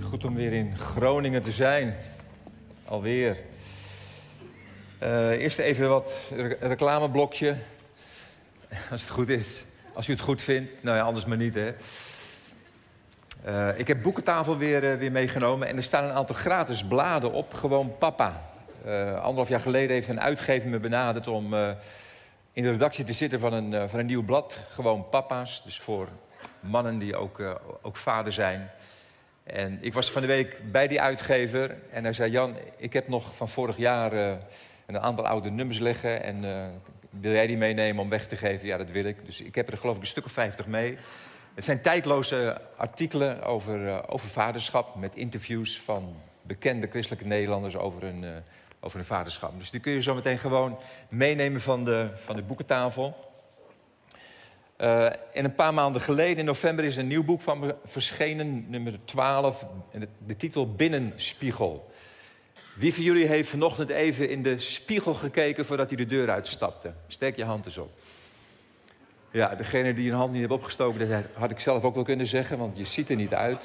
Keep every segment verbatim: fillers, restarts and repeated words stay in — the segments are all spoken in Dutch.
Goed om weer in Groningen te zijn. Alweer. Uh, eerst even wat re- reclameblokje. Als het goed is. Als u het goed vindt. Nou ja, anders maar niet, hè. Uh, ik heb Boekentafel weer, uh, weer meegenomen. En er staan een aantal gratis bladen op. Gewoon Papa. Uh, anderhalf jaar geleden heeft een uitgever me benaderd om uh, in de redactie te zitten van een, uh, van een nieuw blad. Gewoon Papa's. Dus voor mannen die ook, uh, ook vader zijn. En ik was van de week bij die uitgever en hij zei: Jan, ik heb nog van vorig jaar uh, een aantal oude nummers liggen en uh, wil jij die meenemen om weg te geven? Ja, dat wil ik. Dus ik heb er geloof ik een stuk of vijftig mee. Het zijn tijdloze artikelen over, uh, over vaderschap met interviews van bekende christelijke Nederlanders over hun, uh, over hun vaderschap. Dus die kun je zo meteen gewoon meenemen van de, van de boekentafel. Uh, en een paar maanden geleden, in november, is een nieuw boek van me verschenen, nummer twaalf, en de, de titel Binnenspiegel. Wie van jullie heeft vanochtend even in de spiegel gekeken voordat hij de deur uitstapte? Steek je hand eens op. Ja, degene die een hand niet heeft opgestoken, dat had ik zelf ook wel kunnen zeggen, want je ziet er niet uit.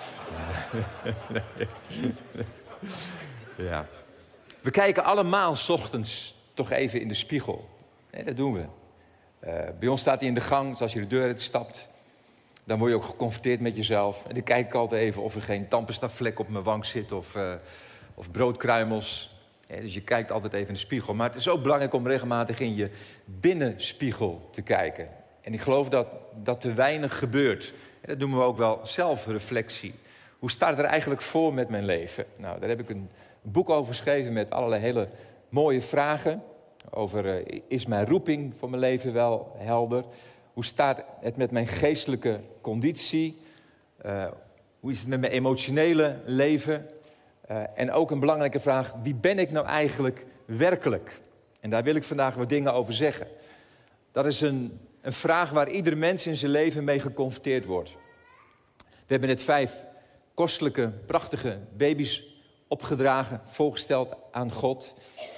Ja. We kijken allemaal 's ochtends toch even in de spiegel. Nee, dat doen we. Uh, bij ons staat hij in de gang, dus als je de deur uitstapt, dan word je ook geconfronteerd met jezelf. En dan kijk ik altijd even of er geen tandpasta-vlek op mijn wang zit of, uh, of broodkruimels. Ja, dus je kijkt altijd even in de spiegel. Maar het is ook belangrijk om regelmatig in je binnenspiegel te kijken. En ik geloof dat dat te weinig gebeurt. En dat noemen we ook wel zelfreflectie. Hoe staat het er eigenlijk voor met mijn leven? Nou, daar heb ik een boek over geschreven met allerlei hele mooie vragen. Over, uh, is mijn roeping voor mijn leven wel helder? Hoe staat het met mijn geestelijke conditie? Uh, hoe is het met mijn emotionele leven? Uh, en ook een belangrijke vraag, wie ben ik nou eigenlijk werkelijk? En daar wil ik vandaag wat dingen over zeggen. Dat is een, een vraag waar ieder mens in zijn leven mee geconfronteerd wordt. We hebben net vijf kostelijke, prachtige baby's opgedragen, voorgesteld aan God.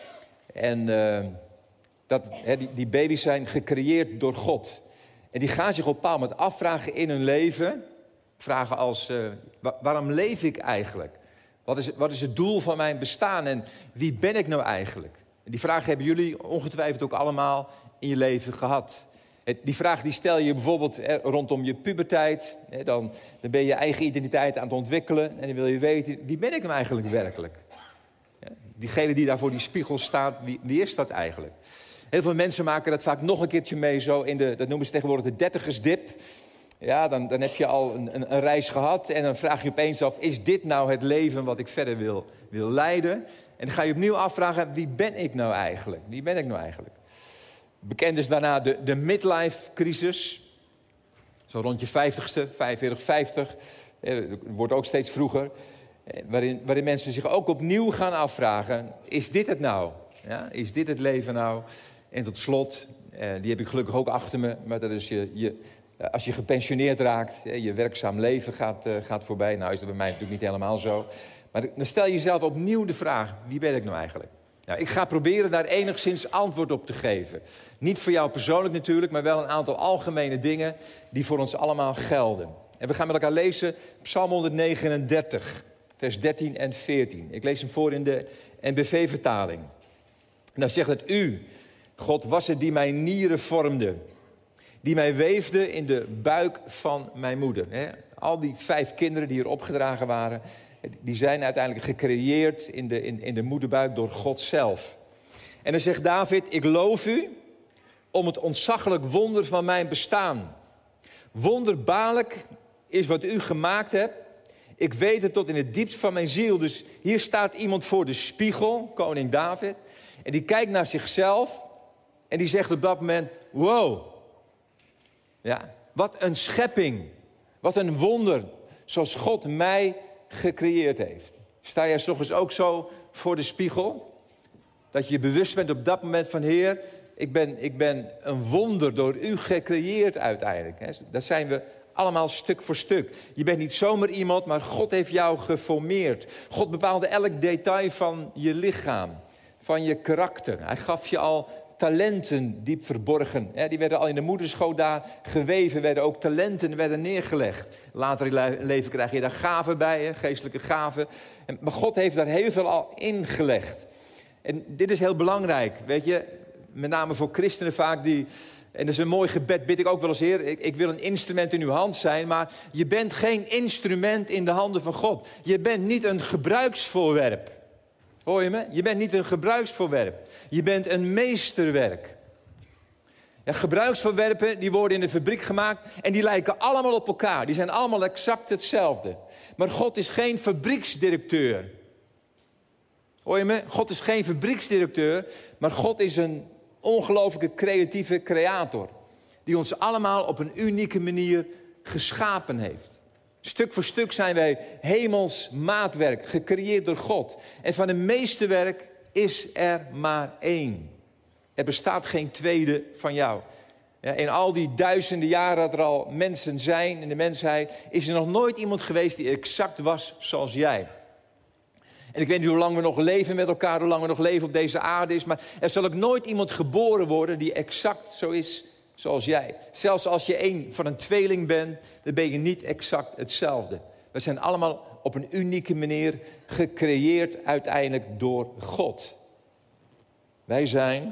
En uh, dat, he, die, die baby's zijn gecreëerd door God. En die gaan zich op een bepaald moment afvragen in hun leven. Vragen als, uh, wa- waarom leef ik eigenlijk? Wat is, wat is het doel van mijn bestaan? En wie ben ik nou eigenlijk? En die vragen hebben jullie ongetwijfeld ook allemaal in je leven gehad. Het, die vraag die stel je bijvoorbeeld eh, rondom je puberteit. Eh, dan, dan ben je je eigen identiteit aan het ontwikkelen. En dan wil je weten, wie ben ik nou eigenlijk werkelijk? Diegene die daar voor die spiegel staat, wie, wie is dat eigenlijk? Heel veel mensen maken dat vaak nog een keertje mee, zo in de, dat noemen ze tegenwoordig de dertigersdip. Ja, dan, dan heb je al een, een, een reis gehad en dan vraag je opeens af, is dit nou het leven wat ik verder wil, wil leiden? En dan ga je opnieuw afvragen, wie ben ik nou eigenlijk? Wie ben ik nou eigenlijk? Bekend is daarna de, de midlife-crisis. Zo rond je vijftigste, vijfenveertig, vijftig. Het wordt ook steeds vroeger. Waarin, waarin mensen zich ook opnieuw gaan afvragen, is dit het nou? Ja, is dit het leven nou? En tot slot, eh, die heb ik gelukkig ook achter me, maar dat is je, je, als je gepensioneerd raakt, je werkzaam leven gaat, uh, gaat voorbij. Nou is dat bij mij natuurlijk niet helemaal zo. Maar dan stel je jezelf opnieuw de vraag, wie ben ik nou eigenlijk? Nou, ik ga proberen daar enigszins antwoord op te geven. Niet voor jou persoonlijk natuurlijk, maar wel een aantal algemene dingen die voor ons allemaal gelden. En we gaan met elkaar lezen Psalm honderdnegenendertig. Vers dertien en veertien. Ik lees hem voor in de N B V-vertaling. En dan zegt het: U, God, was het die mijn nieren vormde. Die mij weefde in de buik van mijn moeder. He, al die vijf kinderen die er opgedragen waren, die zijn uiteindelijk gecreëerd in de, in, in de moederbuik door God zelf. En dan zegt David: ik loof u om het ontzaglijk wonder van mijn bestaan. Wonderbaarlijk is wat u gemaakt hebt. Ik weet het tot in het diepst van mijn ziel. Dus hier staat iemand voor de spiegel, koning David. En die kijkt naar zichzelf. En die zegt op dat moment: wow. Ja, wat een schepping. Wat een wonder. Zoals God mij gecreëerd heeft. Sta jij 's ochtends ook zo voor de spiegel? Dat je je bewust bent op dat moment van: Heer, ik ben, ik ben een wonder door u gecreëerd uiteindelijk. Dat zijn we allemaal stuk voor stuk. Je bent niet zomaar iemand, maar God heeft jou geformeerd. God bepaalde elk detail van je lichaam, van je karakter. Hij gaf je al talenten diep verborgen. Ja, die werden al in de moederschoot daar geweven, werden ook talenten werden neergelegd. Later in je leven krijg je daar gaven bij, hè, geestelijke gaven. En, maar God heeft daar heel veel al ingelegd. En dit is heel belangrijk, weet je. Met name voor christenen vaak die... En dat is een mooi gebed, bid ik ook wel eens, Heer. Ik, ik wil een instrument in uw hand zijn, maar je bent geen instrument in de handen van God. Je bent niet een gebruiksvoorwerp. Hoor je me? Je bent niet een gebruiksvoorwerp. Je bent een meesterwerk. Ja, gebruiksvoorwerpen die worden in de fabriek gemaakt en die lijken allemaal op elkaar. Die zijn allemaal exact hetzelfde. Maar God is geen fabrieksdirecteur. Hoor je me? God is geen fabrieksdirecteur, maar God is een ongelooflijke creatieve creator. Die ons allemaal op een unieke manier geschapen heeft. Stuk voor stuk zijn wij hemels maatwerk, gecreëerd door God. En van een meesterwerk is er maar één. Er bestaat geen tweede van jou. Ja, in al die duizenden jaren dat er al mensen zijn in de mensheid, is er nog nooit iemand geweest die exact was zoals jij. En ik weet niet hoe lang we nog leven met elkaar, hoe lang we nog leven op deze aarde is. Maar er zal ook nooit iemand geboren worden die exact zo is zoals jij. Zelfs als je een van een tweeling bent, dan ben je niet exact hetzelfde. We zijn allemaal op een unieke manier gecreëerd uiteindelijk door God. Wij zijn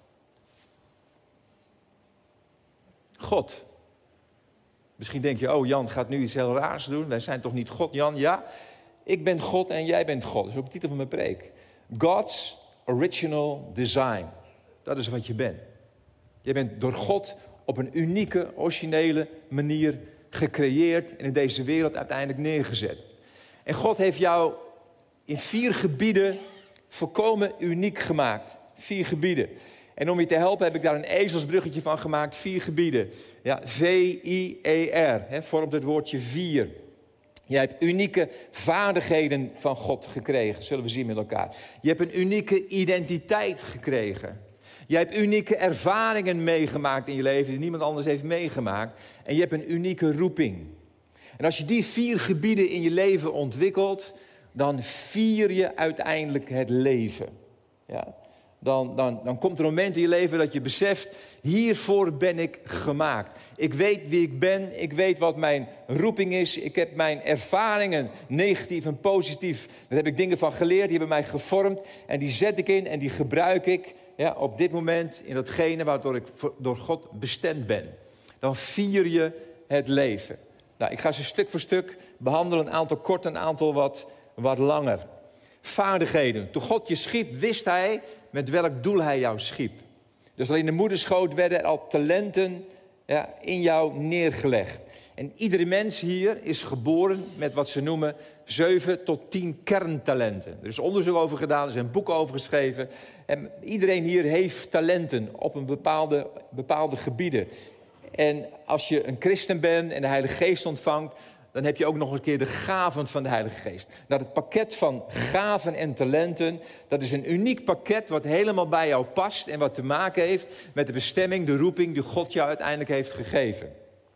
God. Misschien denk je, oh Jan gaat nu iets heel raars doen. Wij zijn toch niet God, Jan? Ja. Ik ben God en jij bent God. Dat is ook de titel van mijn preek. God's original design. Dat is wat je bent. Je bent door God op een unieke, originele manier gecreëerd en in deze wereld uiteindelijk neergezet. En God heeft jou in vier gebieden volkomen uniek gemaakt. Vier gebieden. En om je te helpen heb ik daar een ezelsbruggetje van gemaakt. Vier gebieden. Ja, V I E R. Hè, vormt het woordje vier. Je hebt unieke vaardigheden van God gekregen, zullen we zien met elkaar. Je hebt een unieke identiteit gekregen. Je hebt unieke ervaringen meegemaakt in je leven die niemand anders heeft meegemaakt. En je hebt een unieke roeping. En als je die vier gebieden in je leven ontwikkelt, dan vier je uiteindelijk het leven. Ja. Dan, dan, dan komt er een moment in je leven dat je beseft, hiervoor ben ik gemaakt. Ik weet wie ik ben, ik weet wat mijn roeping is. Ik heb mijn ervaringen, negatief en positief. Daar heb ik dingen van geleerd, die hebben mij gevormd. En die zet ik in en die gebruik ik ja, op dit moment in datgene waardoor ik voor, door God bestemd ben. Dan vier je het leven. Nou, ik ga ze stuk voor stuk behandelen, een aantal kort, een aantal wat, wat langer. Vaardigheden. Toen God je schiep, wist hij met welk doel hij jou schiep. Dus al in de moederschoot werden er al talenten ja, in jou neergelegd. En iedere mens hier is geboren met wat ze noemen zeven tot tien kerntalenten. Er is onderzoek over gedaan, er zijn boeken over geschreven. En iedereen hier heeft talenten op een bepaalde, bepaalde gebieden. En als je een christen bent en de Heilige Geest ontvangt, dan heb je ook nog een keer de gaven van de Heilige Geest. Nou, het pakket van gaven en talenten, dat is een uniek pakket wat helemaal bij jou past en wat te maken heeft met de bestemming, de roeping die God jou uiteindelijk heeft gegeven.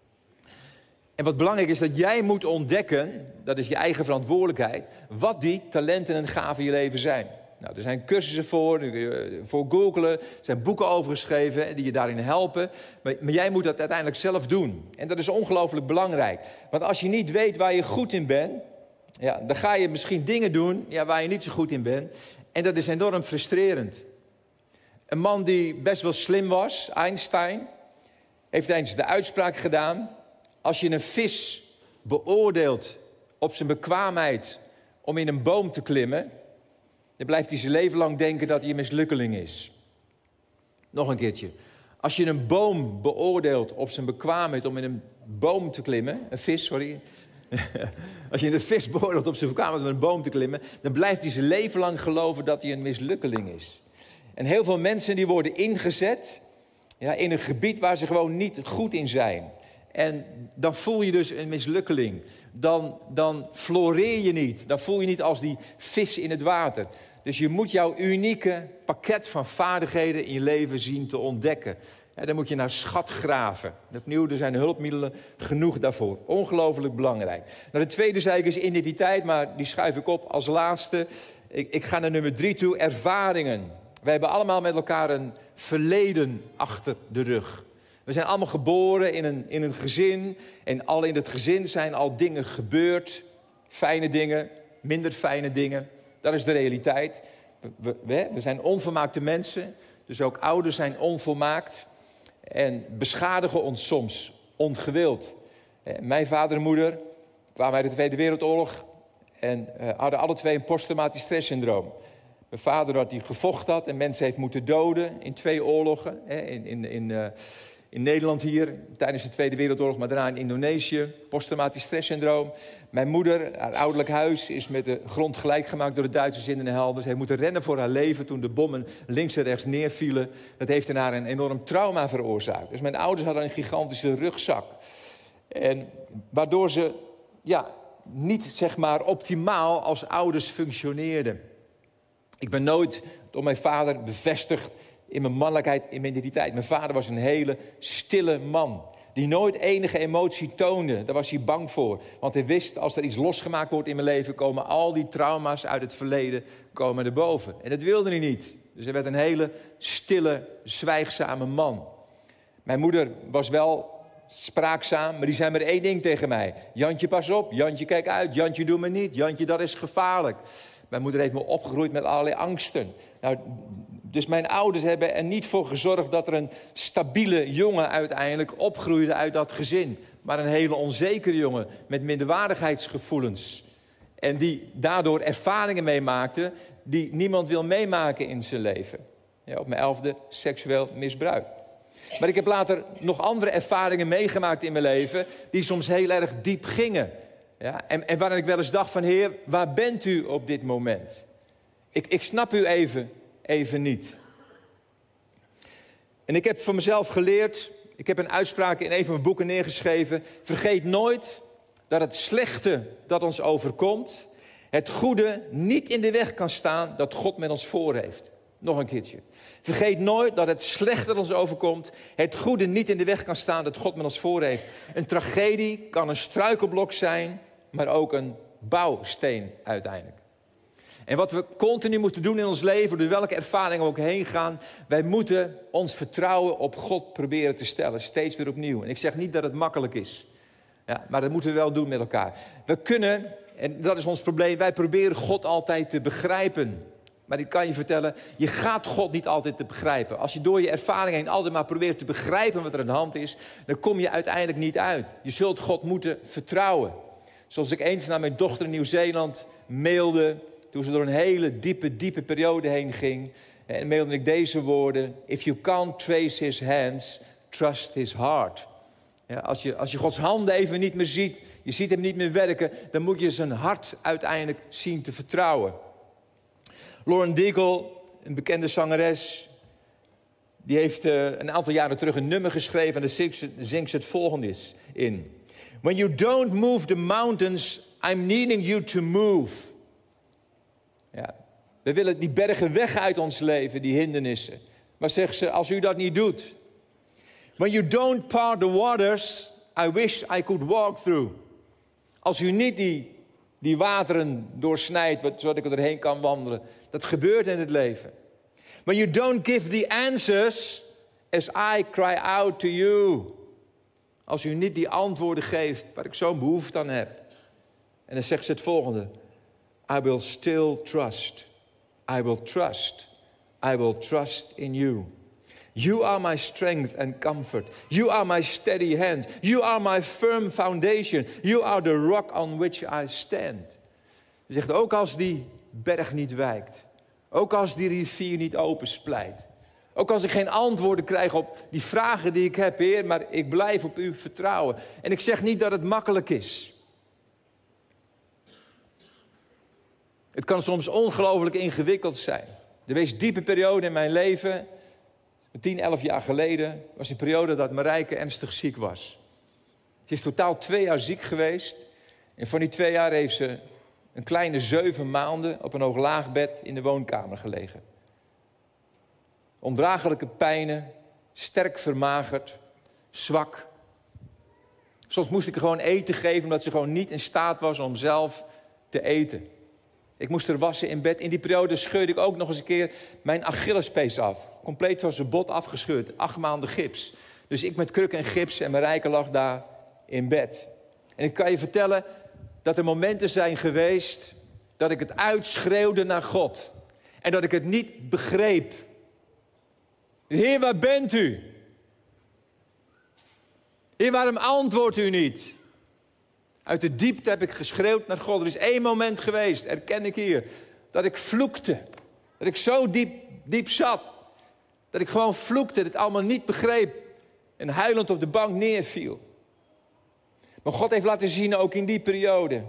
En wat belangrijk is dat jij moet ontdekken, dat is je eigen verantwoordelijkheid, wat die talenten en gaven in je leven zijn. Nou, er zijn cursussen voor, voor googlen, er zijn boeken over geschreven die je daarin helpen. Maar, maar jij moet dat uiteindelijk zelf doen. En dat is ongelooflijk belangrijk. Want als je niet weet waar je goed in bent, ja, dan ga je misschien dingen doen ja, waar je niet zo goed in bent. En dat is enorm frustrerend. Een man die best wel slim was, Einstein, heeft eens de uitspraak gedaan: als je een vis beoordeelt op zijn bekwaamheid om in een boom te klimmen, dan blijft hij zijn leven lang denken dat hij een mislukkeling is. Nog een keertje. Als je een boom beoordeelt op zijn bekwaamheid om in een boom te klimmen, een vis, sorry. Als je een vis beoordeelt op zijn bekwaamheid om in een boom te klimmen, dan blijft hij zijn leven lang geloven dat hij een mislukkeling is. En heel veel mensen die worden ingezet ja, in een gebied waar ze gewoon niet goed in zijn. En dan voel je dus een mislukkeling. Dan, dan floreer je niet. Dan voel je niet als die vis in het water. Dus je moet jouw unieke pakket van vaardigheden in je leven zien te ontdekken. Ja, dan moet je naar schat graven. Opnieuw, er zijn hulpmiddelen genoeg daarvoor. Ongelooflijk belangrijk. Nou, de tweede zei ik is identiteit, maar die schuif ik op als laatste. Ik, ik ga naar nummer drie toe, ervaringen. Wij hebben allemaal met elkaar een verleden achter de rug. We zijn allemaal geboren in een, in een gezin. En al in het gezin zijn al dingen gebeurd. Fijne dingen, minder fijne dingen. Dat is de realiteit. We, we, we zijn onvolmaakte mensen. Dus ook ouders zijn onvolmaakt. En beschadigen ons soms ongewild. Mijn vader en moeder kwamen uit de Tweede Wereldoorlog. En uh, hadden alle twee een posttraumatisch stresssyndroom. Mijn vader had die gevochten had en mensen heeft moeten doden in twee oorlogen. Hè, in, in, in, uh, in Nederland hier, tijdens de Tweede Wereldoorlog, maar daarna in Indonesië. Posttraumatisch stresssyndroom. Mijn moeder, haar ouderlijk huis, is met de grond gelijk gemaakt door de Duitsers in Den Helder. Ze heeft moeten rennen voor haar leven toen de bommen links en rechts neervielen. Dat heeft in haar een enorm trauma veroorzaakt. Dus mijn ouders hadden een gigantische rugzak. En waardoor ze ja, niet zeg maar optimaal als ouders functioneerden. Ik ben nooit door mijn vader bevestigd in mijn mannelijkheid, in mijn identiteit. Mijn vader was een hele stille man. Die nooit enige emotie toonde. Daar was hij bang voor. Want hij wist, als er iets losgemaakt wordt in mijn leven, komen al die trauma's uit het verleden komen erboven. En dat wilde hij niet. Dus hij werd een hele stille, zwijgzame man. Mijn moeder was wel spraakzaam, maar die zei maar één ding tegen mij. Jantje, pas op. Jantje, kijk uit. Jantje, doe me niet. Jantje, dat is gevaarlijk. Mijn moeder heeft me opgegroeid met allerlei angsten. Nou, dus mijn ouders hebben er niet voor gezorgd dat er een stabiele jongen uiteindelijk opgroeide uit dat gezin. Maar een hele onzekere jongen met minderwaardigheidsgevoelens. En die daardoor ervaringen meemaakte die niemand wil meemaken in zijn leven. Ja, op mijn elfde seksueel misbruik. Maar ik heb later nog andere ervaringen meegemaakt in mijn leven die soms heel erg diep gingen. Ja, en, en waarin ik wel eens dacht van, Heer, waar bent u op dit moment? Ik, ik snap u even, even niet. En ik heb voor mezelf geleerd, ik heb een uitspraak in een van mijn boeken neergeschreven. Vergeet nooit dat het slechte dat ons overkomt, het goede niet in de weg kan staan dat God met ons voor heeft. Nog een keertje. Vergeet nooit dat het slechte dat ons overkomt, het goede niet in de weg kan staan dat God met ons voor heeft. Een tragedie kan een struikelblok zijn, maar ook een bouwsteen uiteindelijk. En wat we continu moeten doen in ons leven, door welke ervaringen we ook heen gaan, wij moeten ons vertrouwen op God proberen te stellen, steeds weer opnieuw. En ik zeg niet dat het makkelijk is, ja, maar dat moeten we wel doen met elkaar. We kunnen, en dat is ons probleem, wij proberen God altijd te begrijpen. Maar ik kan je vertellen, je gaat God niet altijd te begrijpen. Als je door je ervaring heen altijd maar probeert te begrijpen wat er aan de hand is, dan kom je uiteindelijk niet uit. Je zult God moeten vertrouwen. Zoals ik eens naar mijn dochter in Nieuw-Zeeland mailde, toen ze door een hele diepe, diepe periode heen ging. En mailde ik deze woorden: If you can't trace his hands, trust his heart. Ja, als, je, als je Gods handen even niet meer ziet, je ziet hem niet meer werken, dan moet je zijn hart uiteindelijk zien te vertrouwen. Lauren Daigle, een bekende zangeres, die heeft uh, een aantal jaren terug een nummer geschreven en daar zingt ze, zingt ze het volgende in. When you don't move the mountains, I'm needing you to move. Ja, we willen die bergen weg uit ons leven, die hindernissen. Maar zegt ze, als u dat niet doet. When you don't part the waters, I wish I could walk through. Als u niet die, die wateren doorsnijdt, zodat ik erheen kan wandelen. Dat gebeurt in het leven. When you don't give the answers, as I cry out to you. Als u niet die antwoorden geeft waar ik zo'n behoefte aan heb. En dan zegt ze het volgende. I will still trust. I will trust. I will trust in you. You are my strength and comfort. You are my steady hand. You are my firm foundation. You are the rock on which I stand. Ze zegt, ook als die berg niet wijkt. Ook als die rivier niet opensplijt. Ook als ik geen antwoorden krijg op die vragen die ik heb, Heer, maar ik blijf op u vertrouwen. En ik zeg niet dat het makkelijk is. Het kan soms ongelooflijk ingewikkeld zijn. De meest diepe periode in mijn leven, tien, elf jaar geleden, was een periode dat Marijke ernstig ziek was. Ze is totaal twee jaar ziek geweest. En van die twee jaar heeft ze een kleine zeven maanden op een hooglaagbed in de woonkamer gelegen. Ondraaglijke pijnen, sterk vermagerd, zwak. Soms moest ik haar gewoon eten geven omdat ze gewoon niet in staat was om zelf te eten. Ik moest er wassen in bed. In die periode scheurde ik ook nog eens een keer mijn Achillespees af. Compleet van zijn bot afgescheurd. Acht maanden gips. Dus ik met kruk en gips en Marijke lag daar in bed. En ik kan je vertellen dat er momenten zijn geweest dat ik het uitschreeuwde naar God. En dat ik het niet begreep. Heer, waar bent u? Heer, waarom antwoordt u niet? Uit de diepte heb ik geschreeuwd naar God. Er is één moment geweest, erken ik hier, dat ik vloekte. Dat ik zo diep, diep zat. Dat ik gewoon vloekte, dat het allemaal niet begreep. En huilend op de bank neerviel. Maar God heeft laten zien, ook in die periode,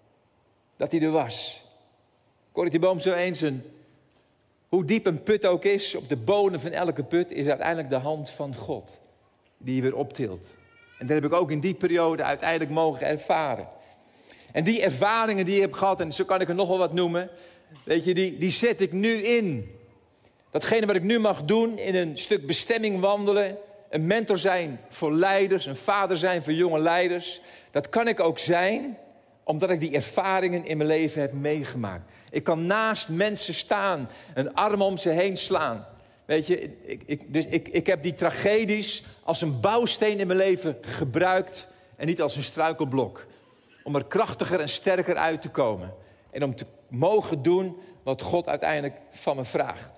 dat hij er was. Corrie Boom zo eens, een, hoe diep een put ook is, op de bodem van elke put is uiteindelijk de hand van God. Die je weer optilt. En dat heb ik ook in die periode uiteindelijk mogen ervaren. En die ervaringen die ik heb gehad, en zo kan ik er nog wel wat noemen, weet je, die, die zet ik nu in. Datgene wat ik nu mag doen, in een stuk bestemming wandelen, een mentor zijn voor leiders, een vader zijn voor jonge leiders. Dat kan ik ook zijn, omdat ik die ervaringen in mijn leven heb meegemaakt. Ik kan naast mensen staan, een arm om ze heen slaan. Weet je, ik, ik, dus ik, ik heb die tragedies als een bouwsteen in mijn leven gebruikt en niet als een struikelblok. Om er krachtiger en sterker uit te komen. En om te mogen doen wat God uiteindelijk van me vraagt.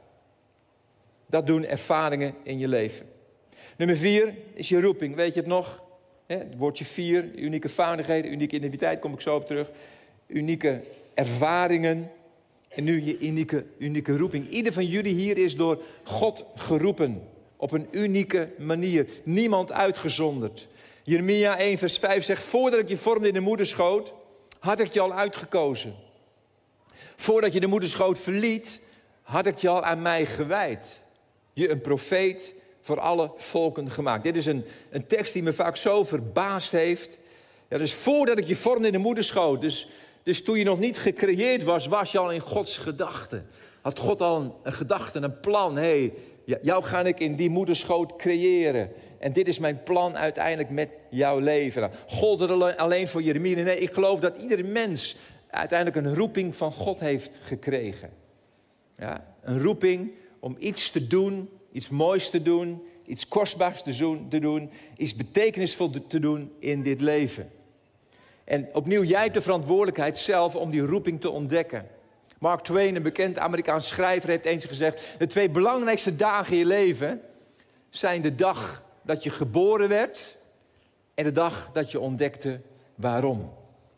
Dat doen ervaringen in je leven. Nummer vier is je roeping. Weet je het nog? Het woordje vier, unieke vaardigheden, unieke identiteit, kom ik zo op terug. Unieke ervaringen. En nu je unieke, unieke roeping. Ieder van jullie hier is door God geroepen. Op een unieke manier. Niemand uitgezonderd. Jeremia één vers vijf zegt, voordat ik je vormde in de moederschoot, had ik je al uitgekozen. Voordat je de moederschoot verliet, had ik je al aan mij gewijd. Je een profeet voor alle volken gemaakt. Dit is een, een tekst die me vaak zo verbaasd heeft. Ja, dus voordat ik je vormde in de moederschoot, dus... Dus toen je nog niet gecreëerd was, was je al in Gods gedachten. Had God al een, een gedachte, een plan. Hé, hey, jou ga ik in die moederschoot creëren. En dit is mijn plan uiteindelijk met jouw leven. Nou, God er alleen voor Jeremia. Nee, ik geloof dat ieder mens uiteindelijk een roeping van God heeft gekregen. Ja, een roeping om iets te doen, iets moois te doen, iets kostbaars te doen, iets betekenisvol te doen in dit leven. En opnieuw, jij hebt de verantwoordelijkheid zelf om die roeping te ontdekken. Mark Twain, een bekend Amerikaans schrijver, heeft eens gezegd, de twee belangrijkste dagen in je leven zijn de dag dat je geboren werd en de dag dat je ontdekte waarom.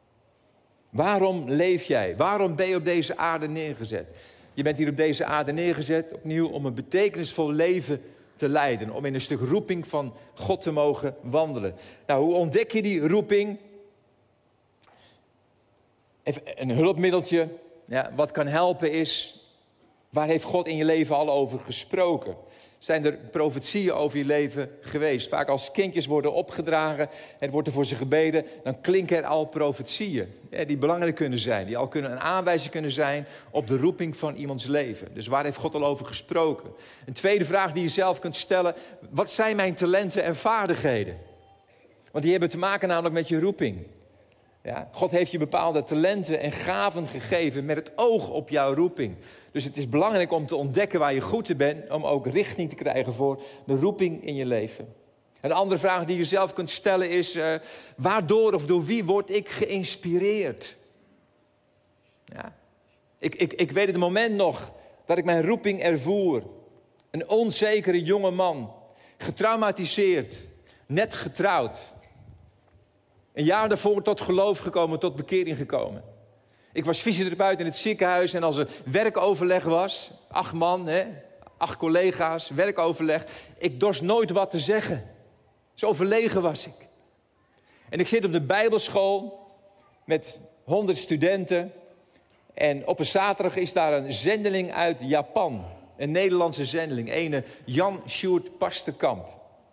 Waarom leef jij? Waarom ben je op deze aarde neergezet? Je bent hier op deze aarde neergezet opnieuw om een betekenisvol leven te leiden. Om in een stuk roeping van God te mogen wandelen. Nou, hoe ontdek je die roeping? Even een hulpmiddeltje. Ja, wat kan helpen is, waar heeft God in je leven al over gesproken? Zijn er profetieën over je leven geweest? Vaak als kindjes worden opgedragen en wordt er voor ze gebeden, dan klinken er al profetieën. Ja, die belangrijk kunnen zijn, die al kunnen een aanwijzing kunnen zijn op de roeping van iemands leven. Dus waar heeft God al over gesproken? Een tweede vraag die je zelf kunt stellen, wat zijn mijn talenten en vaardigheden? Want die hebben te maken namelijk met je roeping. Ja, God heeft je bepaalde talenten en gaven gegeven met het oog op jouw roeping. Dus het is belangrijk om te ontdekken waar je goed in bent, om ook richting te krijgen voor de roeping in je leven. En de andere vraag die je zelf kunt stellen is, uh, waardoor of door wie word ik geïnspireerd? Ja. Ik, ik, ik weet het moment nog dat ik mijn roeping ervoer. Een onzekere jonge man, getraumatiseerd, net getrouwd. Een jaar daarvoor tot geloof gekomen, tot bekering gekomen. Ik was fysiotherapeut in het ziekenhuis en als er werkoverleg was, acht man, hè, acht collega's, werkoverleg. Ik dorst nooit wat te zeggen. Zo verlegen was ik. En ik zit op de bijbelschool met honderd studenten. En op een zaterdag is daar een zendeling uit Japan. Een Nederlandse zendeling, ene Jan Sjoerd Pasterkamp.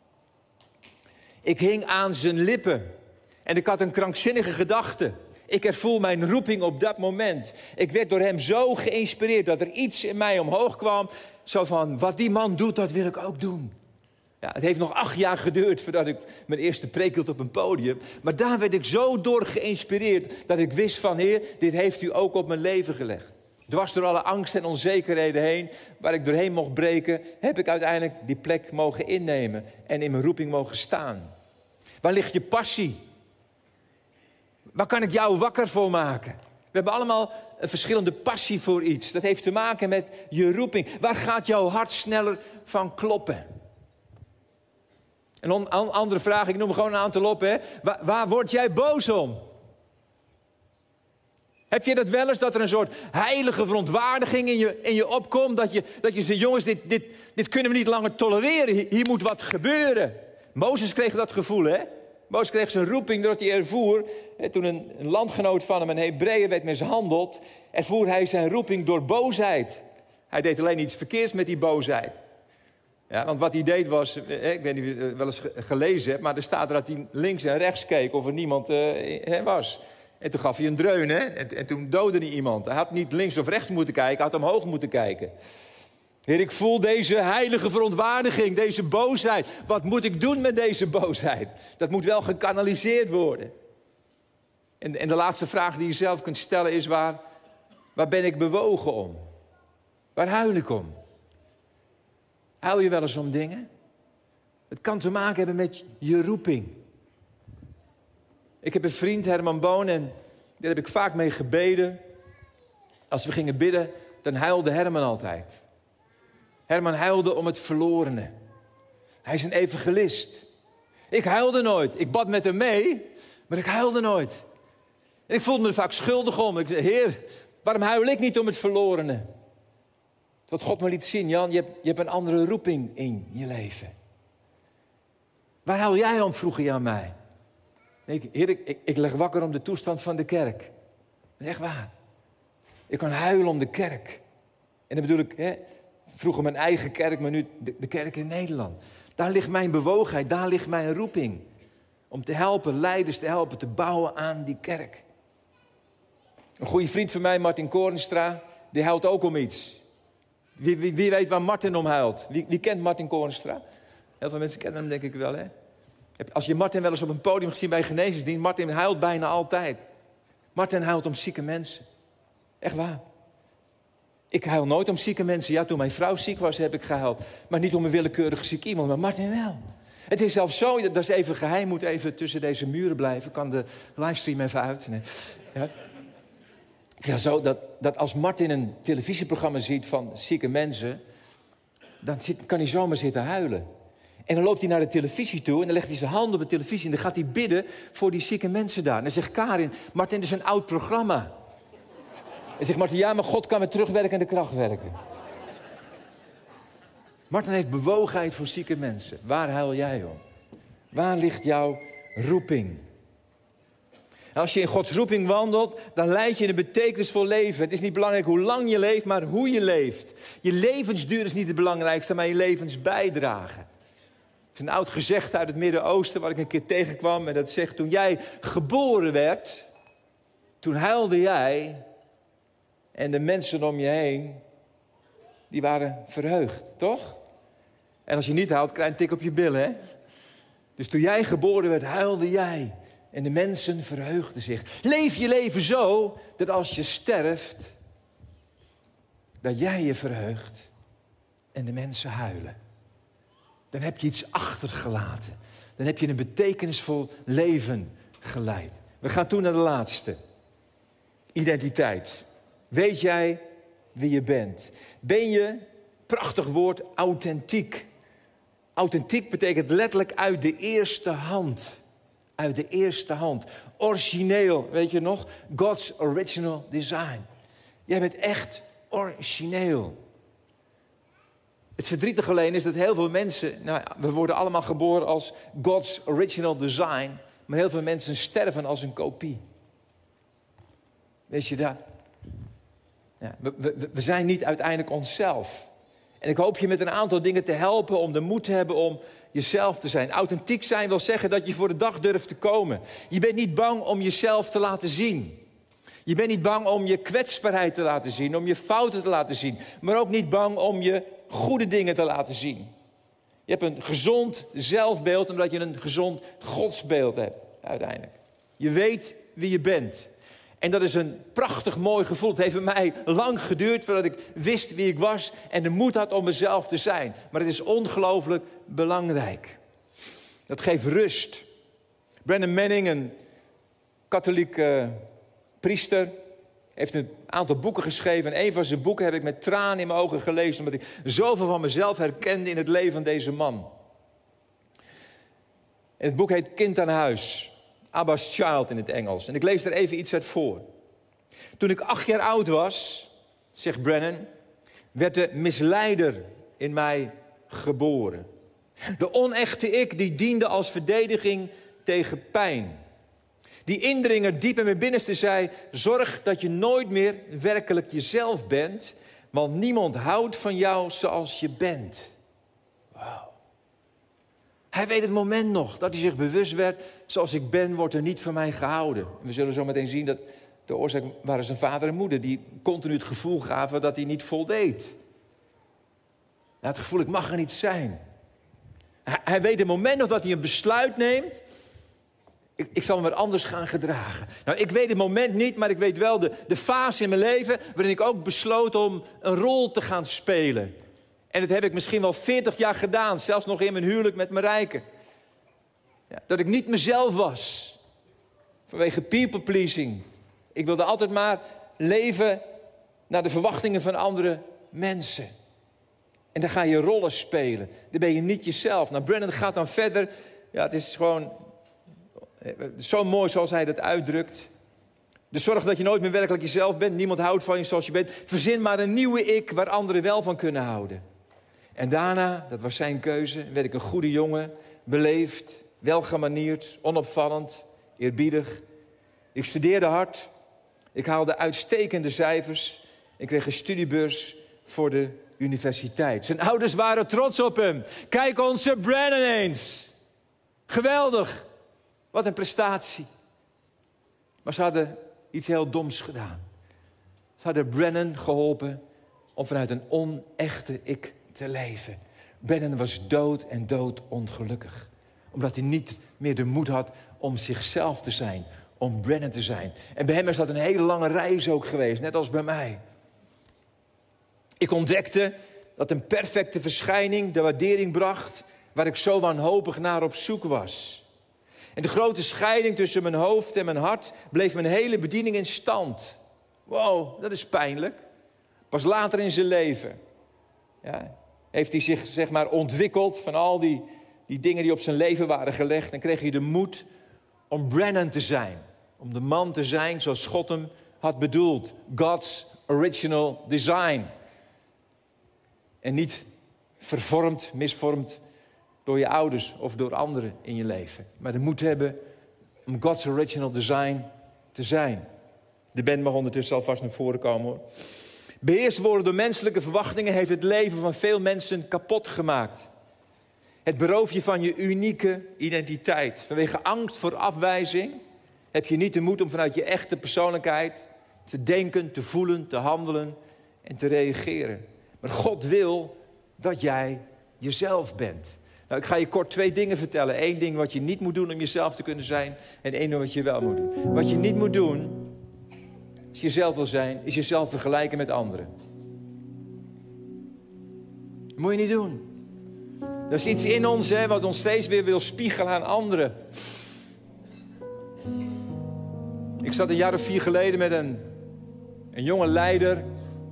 Ik hing aan zijn lippen. En ik had een krankzinnige gedachte. Ik ervoel mijn roeping op dat moment. Ik werd door hem zo geïnspireerd dat er iets in mij omhoog kwam. Zo van, wat die man doet, dat wil ik ook doen. Ja, het heeft nog acht jaar geduurd voordat ik mijn eerste preek hield op een podium. Maar daar werd ik zo door geïnspireerd dat ik wist van, Heer, dit heeft u ook op mijn leven gelegd. Dwars door alle angst en onzekerheden heen, waar ik doorheen mocht breken, heb ik uiteindelijk die plek mogen innemen en in mijn roeping mogen staan. Waar ligt je passie? Waar kan ik jou wakker voor maken? We hebben allemaal een verschillende passie voor iets. Dat heeft te maken met je roeping. Waar gaat jouw hart sneller van kloppen? Een on- andere vraag, ik noem er gewoon een aantal op. Hè. Waar, waar word jij boos om? Heb je dat wel eens, dat er een soort heilige verontwaardiging in je, in je opkomt? Dat je, dat je zegt, jongens, dit, dit, dit kunnen we niet langer tolereren. Hier, hier moet wat gebeuren. Mozes kreeg dat gevoel, hè? Mozes kreeg zijn roeping doordat hij ervoer, hè, toen een, een landgenoot van hem, een Hebreeër, werd mishandeld, ervoer hij zijn roeping door boosheid. Hij deed alleen iets verkeerds met die boosheid. Ja, want wat hij deed was, ik weet niet of je het wel eens gelezen hebt, maar er staat er dat hij links en rechts keek of er niemand uh, was. En toen gaf hij een dreun, hè? En, en toen doodde hij iemand. Hij had niet links of rechts moeten kijken, hij had omhoog moeten kijken. Heer, ik voel deze heilige verontwaardiging, deze boosheid. Wat moet ik doen met deze boosheid? Dat moet wel gekanaliseerd worden. En, en de laatste vraag die je zelf kunt stellen is, waar, waar ben ik bewogen om? Waar huil ik om? Huil je wel eens om dingen? Het kan te maken hebben met je roeping. Ik heb een vriend, Herman Boon, en daar heb ik vaak mee gebeden. Als we gingen bidden, dan huilde Herman altijd. Herman huilde om het verlorene. Hij is een evangelist. Ik huilde nooit. Ik bad met hem mee, maar ik huilde nooit. En ik voelde me er vaak schuldig om. Ik zei, Heer, waarom huil ik niet om het verlorene? Tot God me liet zien, Jan, je hebt, je hebt een andere roeping in je leven. Waar huil jij om, vroeg hij aan mij. Ik, Heer, ik, ik, ik leg wakker om de toestand van de kerk. Dat is echt waar. Ik kan huilen om de kerk. En dan bedoel ik, hè, vroeger mijn eigen kerk, maar nu de, de kerk in Nederland. Daar ligt mijn bewogenheid, daar ligt mijn roeping. Om te helpen, leiders te helpen, te bouwen aan die kerk. Een goede vriend van mij, Martin Korenstra, die huilt ook om iets. Wie, wie, wie weet waar Martin om huilt? Wie, wie kent Martin Korenstra? Heel veel mensen kennen hem denk ik wel, hè? Als je Martin wel eens op een podium gezien bij genezingsdienst, Martin huilt bijna altijd. Martin huilt om zieke mensen. Echt waar. Ik huil nooit om zieke mensen. Ja, toen mijn vrouw ziek was, heb ik gehuild. Maar niet om een willekeurig ziek iemand, maar Martin wel. Het is zelfs zo, dat is even geheim, moet even tussen deze muren blijven. Kan de livestream even uit. Nee. Ja. Het is zo dat, dat als Martin een televisieprogramma ziet van zieke mensen, dan zit, kan hij zomaar zitten huilen. En dan loopt hij naar de televisie toe en dan legt hij zijn handen op de televisie en dan gaat hij bidden voor die zieke mensen daar. En dan zegt Karin, Martin, dat is een oud programma. En zegt Martin, ja, maar God kan met terugwerkende kracht werken. Martin heeft bewogenheid voor zieke mensen. Waar huil jij om? Waar ligt jouw roeping? En als je in Gods roeping wandelt, dan leid je een betekenisvol leven. Het is niet belangrijk hoe lang je leeft, maar hoe je leeft. Je levensduur is niet het belangrijkste, maar je levensbijdrage. Het is een oud gezegde uit het Midden-Oosten waar ik een keer tegenkwam. En dat zegt, toen jij geboren werd, toen huilde jij en de mensen om je heen, die waren verheugd, toch? En als je niet huilt, krijg je een tik op je billen, hè? Dus toen jij geboren werd, huilde jij en de mensen verheugden zich. Leef je leven zo dat als je sterft, dat jij je verheugt en de mensen huilen. Dan heb je iets achtergelaten. Dan heb je een betekenisvol leven geleid. We gaan toe naar de laatste. Identiteit. Weet jij wie je bent? Ben je, prachtig woord, authentiek. Authentiek betekent letterlijk uit de eerste hand. Uit de eerste hand. Origineel, weet je nog? God's original design. Jij bent echt origineel. Het verdrietige alleen is dat heel veel mensen, nou, we worden allemaal geboren als God's original design, maar heel veel mensen sterven als een kopie. Weet je dat? Ja, we, we, we zijn niet uiteindelijk onszelf. En ik hoop je met een aantal dingen te helpen om de moed te hebben om jezelf te zijn. Authentiek zijn wil zeggen dat je voor de dag durft te komen. Je bent niet bang om jezelf te laten zien. Je bent niet bang om je kwetsbaarheid te laten zien, om je fouten te laten zien. Maar ook niet bang om je goede dingen te laten zien. Je hebt een gezond zelfbeeld omdat je een gezond godsbeeld hebt uiteindelijk. Je weet wie je bent. En dat is een prachtig mooi gevoel. Het heeft bij mij lang geduurd voordat ik wist wie ik was en de moed had om mezelf te zijn. Maar het is ongelooflijk belangrijk. Dat geeft rust. Brennan Manning, een katholiek uh, priester, heeft een aantal boeken geschreven. En een van zijn boeken heb ik met tranen in mijn ogen gelezen, omdat ik zoveel van mezelf herkende in het leven van deze man. En het boek heet Kind aan huis. Abba's Child in het Engels. En ik lees er even iets uit voor. Toen ik acht jaar oud was, zegt Brennan, werd de misleider in mij geboren. De onechte ik die diende als verdediging tegen pijn. Die indringer diep in mijn binnenste zei, zorg dat je nooit meer werkelijk jezelf bent, want niemand houdt van jou zoals je bent. Wauw. Hij weet het moment nog dat hij zich bewust werd, zoals ik ben, wordt er niet van mij gehouden. En we zullen zo meteen zien dat de oorzaak waren zijn vader en moeder, die continu het gevoel gaven dat hij niet voldeed. Nou, het gevoel, ik mag er niet zijn. Hij, hij weet het moment nog dat hij een besluit neemt. Ik, ik zal me wat anders gaan gedragen. Nou, ik weet het moment niet, maar ik weet wel de, de fase in mijn leven waarin ik ook besloot om een rol te gaan spelen. En dat heb ik misschien wel veertig jaar gedaan, zelfs nog in mijn huwelijk met Marijke. Ja, dat ik niet mezelf was. Vanwege people pleasing. Ik wilde altijd maar leven naar de verwachtingen van andere mensen. En dan ga je rollen spelen. Dan ben je niet jezelf. Nou, Brennan gaat dan verder. Ja, het is gewoon zo mooi zoals hij dat uitdrukt. Dus zorg dat je nooit meer werkelijk jezelf bent. Niemand houdt van je zoals je bent. Verzin maar een nieuwe ik waar anderen wel van kunnen houden. En daarna, dat was zijn keuze, werd ik een goede jongen. Beleefd, welgemanierd, onopvallend, eerbiedig. Ik studeerde hard. Ik haalde uitstekende cijfers. Ik kreeg een studiebeurs voor de universiteit. Zijn ouders waren trots op hem. Kijk onze Brennan eens. Geweldig. Wat een prestatie. Maar ze hadden iets heel doms gedaan. Ze hadden Brennan geholpen om vanuit een onechte ik te leven. Brennan was dood en dood ongelukkig. Omdat hij niet meer de moed had om zichzelf te zijn. Om Brennan te zijn. En bij hem is dat een hele lange reis ook geweest. Net als bij mij. Ik ontdekte dat een perfecte verschijning de waardering bracht waar ik zo wanhopig naar op zoek was. En de grote scheiding tussen mijn hoofd en mijn hart bleef mijn hele bediening in stand. Wow, dat is pijnlijk. Pas later in zijn leven ja, heeft hij zich zeg maar ontwikkeld van al die, die dingen die op zijn leven waren gelegd. En kreeg hij de moed om Brennan te zijn. Om de man te zijn zoals God hem had bedoeld. God's original design. En niet vervormd, misvormd door je ouders of door anderen in je leven. Maar de moed hebben om God's original design te zijn. De band mag ondertussen alvast naar voren komen hoor. Beheerst worden door menselijke verwachtingen heeft het leven van veel mensen kapot gemaakt. Het berooft je van je unieke identiteit. Vanwege angst voor afwijzing heb je niet de moed om vanuit je echte persoonlijkheid te denken, te voelen, te handelen en te reageren. Maar God wil dat jij jezelf bent. Nou, ik ga je kort twee dingen vertellen. Eén ding wat je niet moet doen om jezelf te kunnen zijn. En één ding wat je wel moet doen. Wat je niet moet doen, als je jezelf wil zijn, is jezelf vergelijken met anderen. Dat moet je niet doen. Er is iets in ons hè, wat ons steeds weer wil spiegelen aan anderen. Ik zat een jaar of vier geleden met een, een jonge leider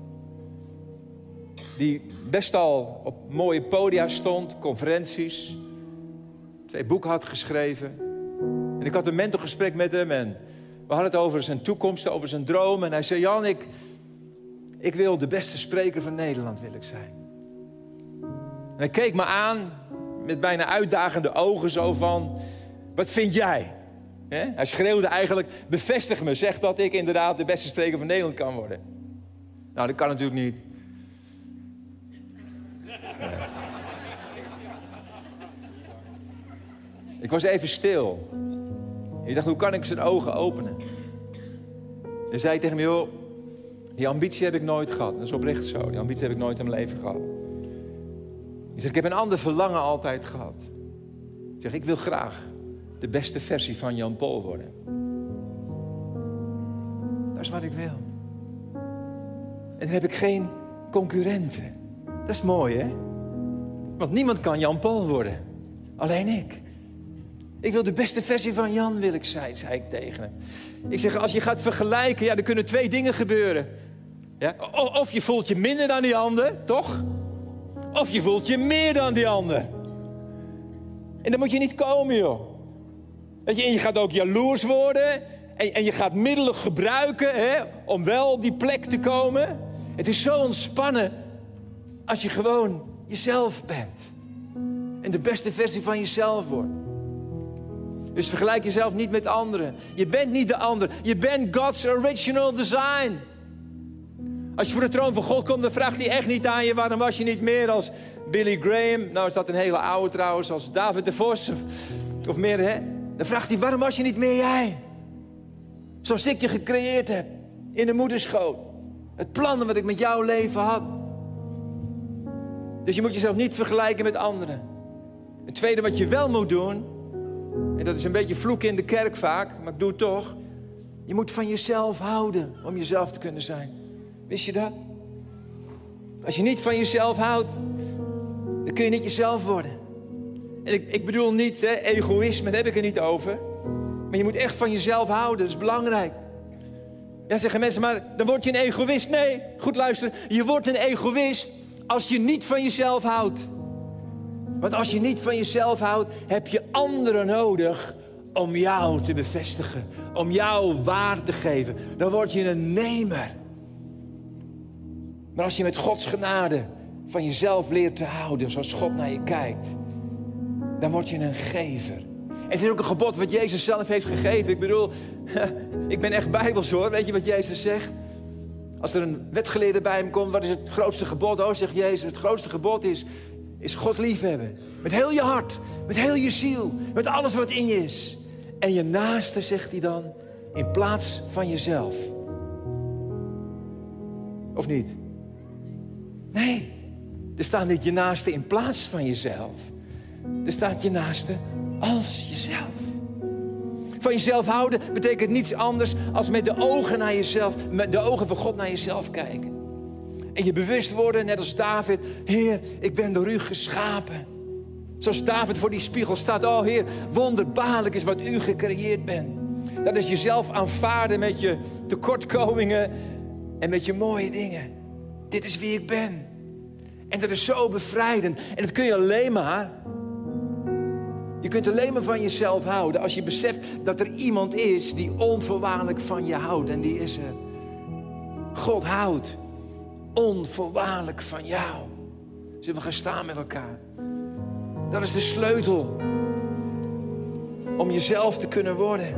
die best al op mooie podia stond, conferenties, twee boeken had geschreven. En ik had een mentorgesprek met hem en we hadden het over zijn toekomst, over zijn droom. En hij zei, Jan, ik, ik wil de beste spreker van Nederland wil ik zijn. En hij keek me aan met bijna uitdagende ogen zo van, wat vind jij? He? Hij schreeuwde eigenlijk, bevestig me, zeg dat ik inderdaad de beste spreker van Nederland kan worden. Nou, dat kan natuurlijk niet. Ja. Ik was even stil. Ik dacht, hoe kan ik zijn ogen openen? Hij zei tegen me, joh, die ambitie heb ik nooit gehad. Dat is oprecht zo, die ambitie heb ik nooit in mijn leven gehad. Hij zegt, ik heb een ander verlangen altijd gehad. Ik zeg, ik wil graag de beste versie van Jan Paul worden. Dat is wat ik wil. En dan heb ik geen concurrenten. Dat is mooi, hè? Want niemand kan Jan Paul worden. Alleen ik. Ik wil de beste versie van Jan, wil ik zijn, zei ik tegen hem. Ik zeg, als je gaat vergelijken, ja, er kunnen twee dingen gebeuren. Ja? Of je voelt je minder dan die ander, toch? Of je voelt je meer dan die ander. En dan moet je niet komen, joh. Weet je, en je gaat ook jaloers worden. En, en je gaat middelen gebruiken, hè, om wel op die plek te komen. Het is zo ontspannen als je gewoon jezelf bent. En de beste versie van jezelf wordt. Dus vergelijk jezelf niet met anderen. Je bent niet de ander. Je bent God's original design. Als je voor de troon van God komt, dan vraagt hij echt niet aan je... waarom was je niet meer als Billy Graham? Nou is dat een hele oude trouwens, als David de Vos. Of, of meer, hè? Dan vraagt hij, waarom was je niet meer jij? Zoals ik je gecreëerd heb. In de moederschoot. Het plan wat ik met jouw leven had. Dus je moet jezelf niet vergelijken met anderen. Het tweede wat je wel moet doen... en dat is een beetje vloek in de kerk vaak, maar ik doe het toch. Je moet van jezelf houden om jezelf te kunnen zijn. Wist je dat? Als je niet van jezelf houdt, dan kun je niet jezelf worden. En ik, ik bedoel niet, hè, egoïsme, daar heb ik er niet over. Maar je moet echt van jezelf houden, dat is belangrijk. Ja, zeggen mensen, maar dan word je een egoïst. Nee, goed luisteren. Je wordt een egoïst als je niet van jezelf houdt. Want als je niet van jezelf houdt, heb je anderen nodig om jou te bevestigen. Om jou waarde te geven. Dan word je een nemer. Maar als je met Gods genade van jezelf leert te houden, zoals God naar je kijkt, dan word je een gever. En het is ook een gebod wat Jezus zelf heeft gegeven. Ik bedoel, ik ben echt bijbels hoor. Weet je wat Jezus zegt? Als er een wetgeleerde bij hem komt, wat is het grootste gebod? Oh, zegt Jezus, het grootste gebod is, is God liefhebben. Met heel je hart, met heel je ziel, met alles wat in je is. En je naaste, zegt hij dan, in plaats van jezelf. Of niet? Nee, er staat niet je naaste in plaats van jezelf. Er staat je naaste als jezelf. Van jezelf houden betekent niets anders als met de ogen naar jezelf, met de ogen van God naar jezelf kijken. En je bewust worden, net als David, Heer, ik ben door u geschapen. Zoals David voor die spiegel staat, oh Heer, wonderbaarlijk is wat u gecreëerd bent. Dat is jezelf aanvaarden met je tekortkomingen en met je mooie dingen. Dit is wie ik ben. En dat is zo bevrijdend. En dat kun je alleen maar... Je kunt alleen maar van jezelf houden als je beseft dat er iemand is die onvoorwaardelijk van je houdt. En die is er. God houdt onvoorwaardelijk van jou. Zullen we gaan staan met elkaar? Dat is de sleutel om jezelf te kunnen worden.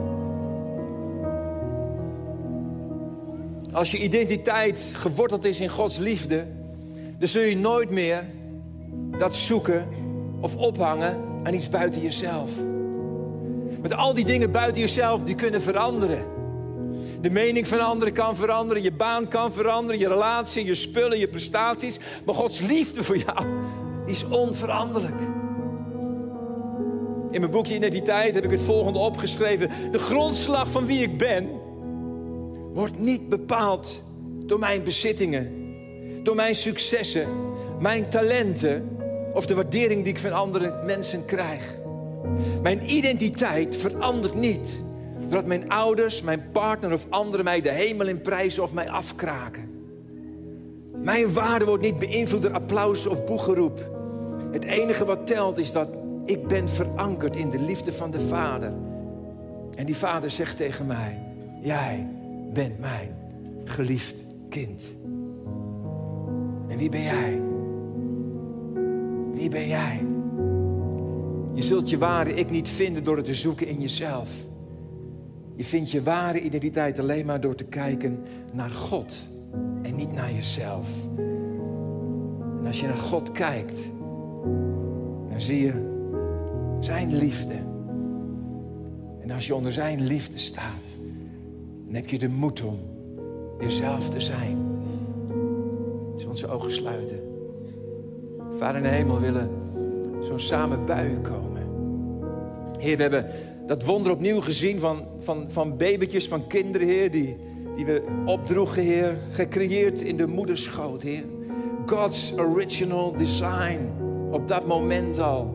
Als je identiteit geworteld is in Gods liefde, dan zul je nooit meer dat zoeken of ophangen aan iets buiten jezelf. Want al die dingen buiten jezelf, die kunnen veranderen. De mening van anderen kan veranderen, je baan kan veranderen, je relatie, je spullen, je prestaties. Maar Gods liefde voor jou is onveranderlijk. In mijn boekje Identiteit heb ik het volgende opgeschreven. De grondslag van wie ik ben wordt niet bepaald door mijn bezittingen, door mijn successen, mijn talenten of de waardering die ik van andere mensen krijg. Mijn identiteit verandert niet doordat mijn ouders, mijn partner of anderen mij de hemel in prijzen of mij afkraken. Mijn waarde wordt niet beïnvloed door applaus of boegeroep. Het enige wat telt is dat ik ben verankerd in de liefde van de Vader. En die Vader zegt tegen mij, jij bent mijn geliefd kind. En wie ben jij? Wie ben jij? Je zult je ware ik niet vinden door het te zoeken in jezelf. Je vindt je ware identiteit alleen maar door te kijken naar God en niet naar jezelf. En als je naar God kijkt, dan zie je zijn liefde. En als je onder zijn liefde staat, dan heb je de moed om jezelf te zijn. Zullen we onze ogen sluiten? Vader in de hemel, willen zo samen bij u komen. Heer, we hebben dat wonder opnieuw gezien van, van, van babytjes, van kinderen, Heer, die die we opdroegen, Heer. Gecreëerd in de moederschoot, Heer. God's original design. Op dat moment al.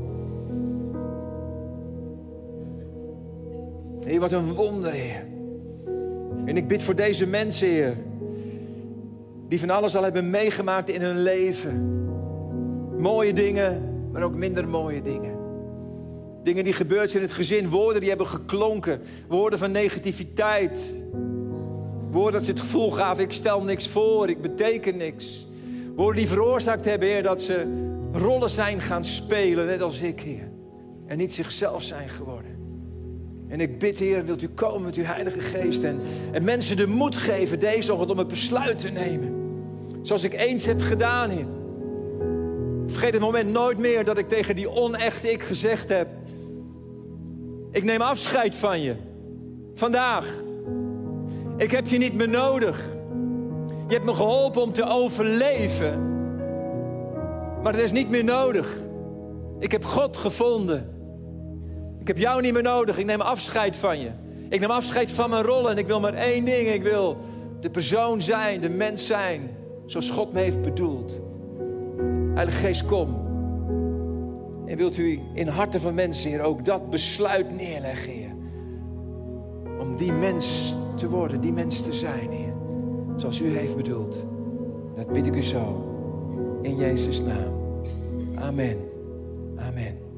Heer, wat een wonder, Heer. En ik bid voor deze mensen, Heer. Die van alles al hebben meegemaakt in hun leven. Mooie dingen, maar ook minder mooie dingen. Dingen die gebeurd zijn in het gezin. Woorden die hebben geklonken. Woorden van negativiteit. Woorden dat ze het gevoel gaven, ik stel niks voor, ik beteken niks. Woorden die veroorzaakt hebben, Heer, dat ze rollen zijn gaan spelen, net als ik, Heer. En niet zichzelf zijn geworden. En ik bid, Heer, wilt u komen met uw Heilige Geest. En, en mensen de moed geven deze ochtend om het besluit te nemen. Zoals ik eens heb gedaan, Heer. Vergeet het moment nooit meer dat ik tegen die onechte ik gezegd heb. Ik neem afscheid van je. Vandaag. Ik heb je niet meer nodig. Je hebt me geholpen om te overleven. Maar het is niet meer nodig. Ik heb God gevonden. Ik heb jou niet meer nodig. Ik neem afscheid van je. Ik neem afscheid van mijn rol en ik wil maar één ding. Ik wil de persoon zijn, de mens zijn, zoals God me heeft bedoeld. Heilige Geest, kom. En wilt u in harten van mensen, Heer, ook dat besluit neerleggen, Heer. Om die mens te worden, die mens te zijn, Heer. Zoals u heeft bedoeld. Dat bid ik u zo. In Jezus' naam. Amen. Amen.